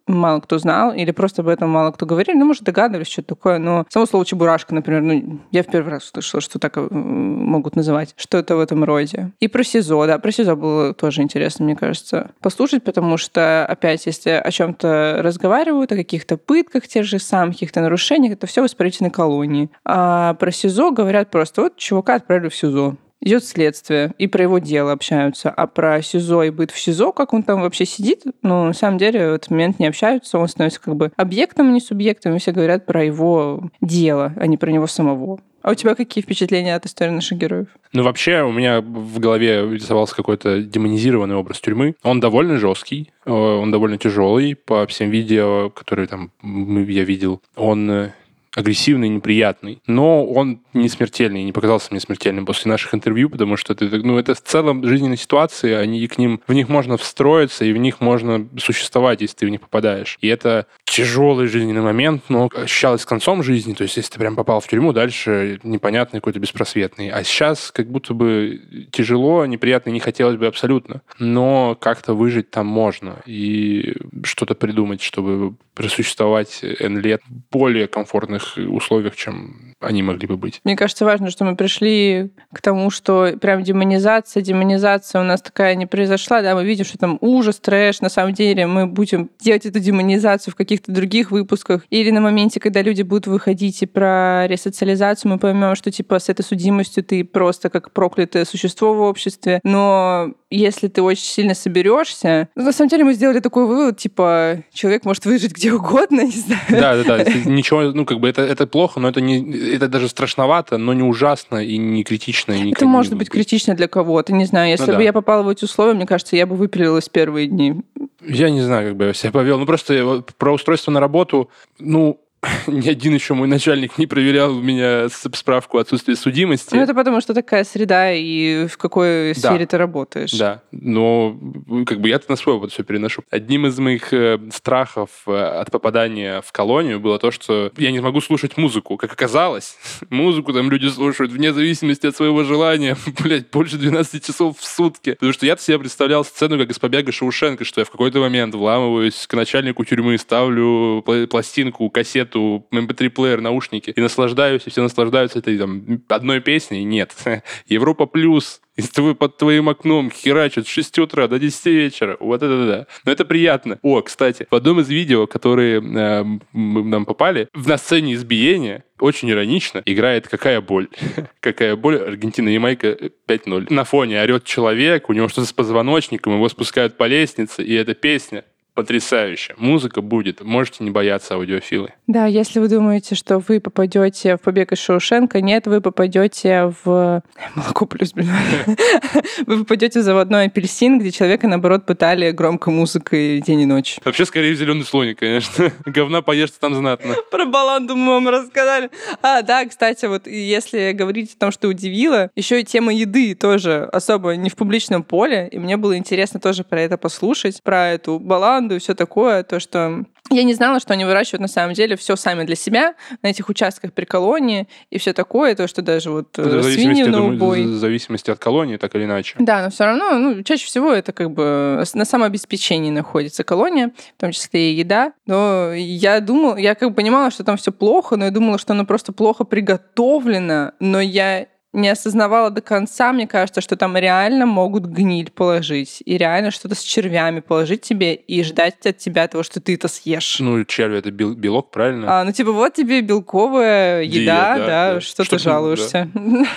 мало кто знал, или просто об этом мало кто говорил, ну, может, догадывались, что-то такое, но само слово «чебурашка», например, ну, я в первый раз услышала, что так могут называть, что-то в этом роде. И про СИЗО, да, про СИЗО было тоже интересно, мне кажется, послушать, потому что, опять, если о чем-то разговаривают, о каких-то пытках тех же самых, каких-то нарушениях, это все в исправительной колонии. А про СИЗО говорят просто, вот чувака отправили в СИЗО. Идет следствие, и про его дело общаются. А про СИЗО и быт в СИЗО, как он там вообще сидит, ну, на самом деле в этот момент не общаются, он становится как бы объектом, а не субъектом, и все говорят про его дело, а не про него самого. А у тебя какие впечатления от истории наших героев? Ну, вообще, у меня в голове рисовался какой-то демонизированный образ тюрьмы. Он довольно жесткий, он довольно тяжелый по всем видео, которые там я видел. Он агрессивный, неприятный. Но он не смертельный, не показался мне смертельным после наших интервью, потому что это в целом жизненные ситуации, в них можно встроиться, и в них можно существовать, если ты в них попадаешь. И это тяжелый жизненный момент, но ощущалось концом жизни. То есть, если ты прям попал в тюрьму, дальше непонятный какой-то беспросветный. А сейчас как будто бы тяжело, неприятно, не хотелось бы абсолютно. Но как-то выжить там можно. И что-то придумать, чтобы просуществовать N лет в более комфортных условиях, чем они могли бы быть. Мне кажется, важно, что мы пришли к тому, что прям демонизация у нас такая не произошла, да, мы видим, что там ужас, трэш, на самом деле мы будем делать эту демонизацию в каких-то других выпусках, или на моменте, когда люди будут выходить и про ресоциализацию, мы поймем, что типа с этой судимостью ты просто как проклятое существо в обществе, но если ты очень сильно соберешься, на самом деле мы сделали такой вывод, типа, человек может выжить где угодно, не знаю. Да. Ничего, это плохо, но это даже страшновато, но не ужасно и не критично. И это может быть критично для кого-то, не знаю. Если бы я попала в эти условия, мне кажется, я бы выпилилась первые дни. Я не знаю, как бы я себя повел. Просто про устройство на работу, ни один еще мой начальник не проверял у меня справку о отсутствии судимости. Это потому, что такая среда, и в какой сфере ты работаешь. Да, но я-то на свой опыт все переношу. Одним из моих страхов от попадания в колонию было то, что я не смогу слушать музыку. Как оказалось, музыку там люди слушают вне зависимости от своего желания, больше 12 часов в сутки. Потому что я-то себе представлял сцену, как из «Побега Шоушенка», что я в какой-то момент вламываюсь к начальнику тюрьмы, ставлю пластинку, кассету, MP3-плеер, наушники, и наслаждаюсь, и все наслаждаются этой одной песней. Нет. Европа плюс. И под твоим окном херачат с 6 утра до 10 вечера. Вот это да. Но это приятно. Кстати, в одном из видео, которые нам попали, на сцене избиения очень иронично играет «Какая боль». «Какая боль», Аргентина, Ямайка 5-0. На фоне орет человек, у него что-то с позвоночником, его спускают по лестнице, и эта песня потрясающе. Музыка будет. Можете не бояться, аудиофилы. Да, если вы думаете, что вы попадете в «Побег из Шоушенка», нет, вы попадете в «Молоко плюс», Вы попадете в «Заводной апельсин», где человека, наоборот, пытали громкой музыкой день и ночь. Вообще, скорее, в «Зеленый слоник», конечно. Говна поешьте там знатно. Про баланду мы вам рассказали. Да, кстати, вот если говорить о том, что удивило, еще и тема еды тоже особо не в публичном поле, и мне было интересно тоже про это послушать, про эту баланду и все такое, то, что я не знала, что они выращивают на самом деле все сами для себя на этих участках при колонии и все такое, то, что даже вот свинью на убой. В зависимости от колонии, так или иначе. Да, но все равно, чаще всего это как бы на самообеспечении находится колония, в том числе и еда. Но я как бы понимала, что там все плохо, но я думала, что оно просто плохо приготовлено, но я не осознавала до конца, мне кажется, что там реально могут гниль положить. И реально что-то с червями положить тебе и ждать от тебя того, что ты это съешь. Черви — это белок, правильно? Вот тебе белковая еда, да, что ты жалуешься. Да.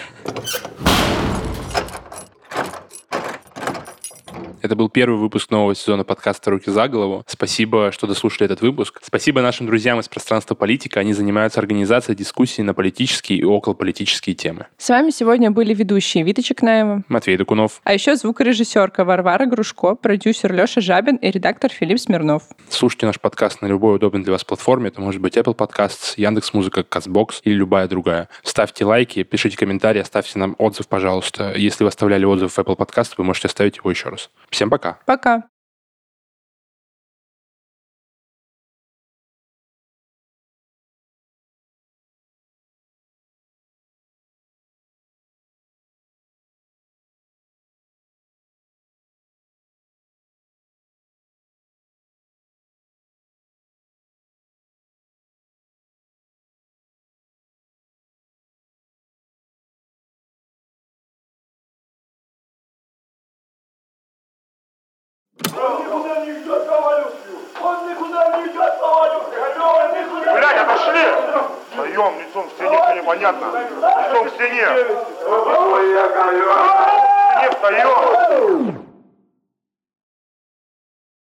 Это был первый выпуск нового сезона подкаста «Руки за голову». Спасибо, что дослушали этот выпуск. Спасибо нашим друзьям из пространства политика. Они занимаются организацией дискуссий на политические и околополитические темы. С вами сегодня были ведущие Вита Чекнаева, Матвей Докунов. А еще звукорежиссерка Варвара Грушко, продюсер Леша Жабин и редактор Филипп Смирнов. Слушайте наш подкаст на любой удобной для вас платформе. Это может быть Apple Podcasts, Яндекс.Музыка, Castbox или любая другая. Ставьте лайки, пишите комментарии, оставьте нам отзыв, пожалуйста. Если вы оставляли отзыв в Apple Podcast, вы можете оставить его еще раз. Всем пока. Пока. никуда не идет Ковалевский! Он никуда не идет Ковалевский! Блядь, отошли! Встаем, лицом к стене, все непонятно. Лицом к стене! К стене встаем!